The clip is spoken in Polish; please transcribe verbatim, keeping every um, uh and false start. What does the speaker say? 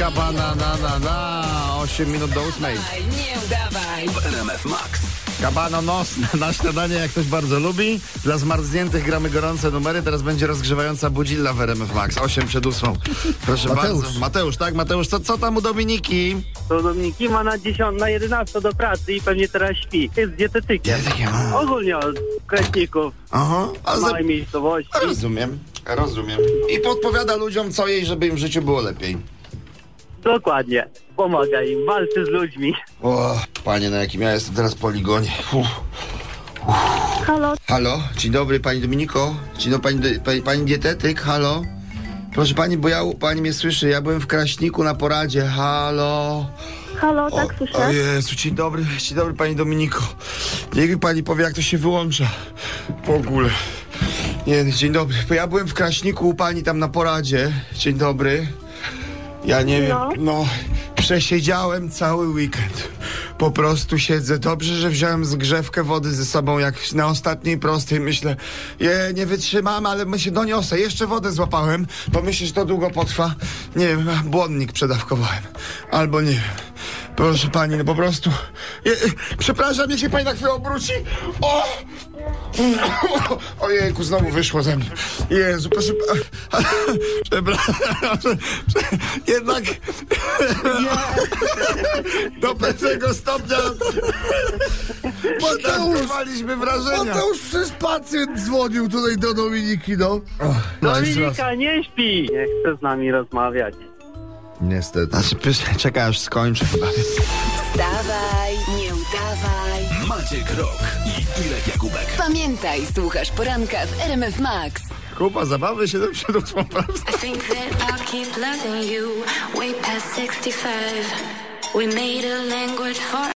Kabana, na, na, na. osiem minut do ósmej. Nie udawaj. W R M F Max. Kabano nocne na śniadanie, jak ktoś bardzo lubi. Dla zmarzniętych gramy gorące numery. Teraz będzie rozgrzewająca budzilla w R M F Max. osiem przed ósmą. Proszę Mateusz. bardzo. Mateusz, tak? Mateusz, co, co tam u Dominiki? To Dominiki ma na dziesiątą, na jedenastą do pracy i pewnie teraz śpi. Jest dietetykiem. Dietetykiem, a. Ogólnie od kraśników, Aha. A za... małej miejscowości. Rozumiem, rozumiem. I podpowiada ludziom, co jej, żeby im w życiu było lepiej. Dokładnie. Pomaga im, walczy z ludźmi. O, panie, na jakim ja jestem teraz poligonie. Uf. Halo, Halo, dzień dobry, pani Dominiko. Dzień dobry, pani, pani, pani dietetyk, halo. Proszę pani, bo ja, pani mnie słyszy, ja byłem w Kraśniku na poradzie, halo. halo, tak O słyszę. Jezu, dzień dobry, dzień dobry pani Dominiko. Niech mi pani powie, jak to się wyłącza w ogóle. Nie, dzień dobry, bo ja byłem w Kraśniku u pani tam na poradzie. Dzień dobry. Ja nie wiem, No. no, przesiedziałem cały weekend. Po prostu siedzę. Dobrze, że wziąłem zgrzewkę wody ze sobą, jak na ostatniej prostej. Myślę, je, nie wytrzymam, ale my się doniosę. Jeszcze wodę złapałem, bo myślę, że to długo potrwa. Nie wiem, błonnik przedawkowałem. Albo nie wiem. Proszę pani, no po prostu... Je, przepraszam, niech się pani na chwilę obróci. O! Ojejku, znowu wyszło ze mnie. Jezu, proszę... Przepraszam. Jednak... Do pewnego stopnia... Podawkowaliśmy wrażenia. Mateusz, przecież pacjent dzwonił tutaj do Dominiki, no. No, jeszcze raz. Dominika nie śpi. Nie chce z nami rozmawiać. Niestety. Znaczy, pys- czekaj, aż skończę chyba. Wstawaj, nie udawaj. Maciek Rok i Irek Jakubek. Pamiętaj, słuchasz poranka w R M F Max. Kupa zabawy się do przodu, prawda? I think that I'll keep loving you way past sixty-five. We made a language for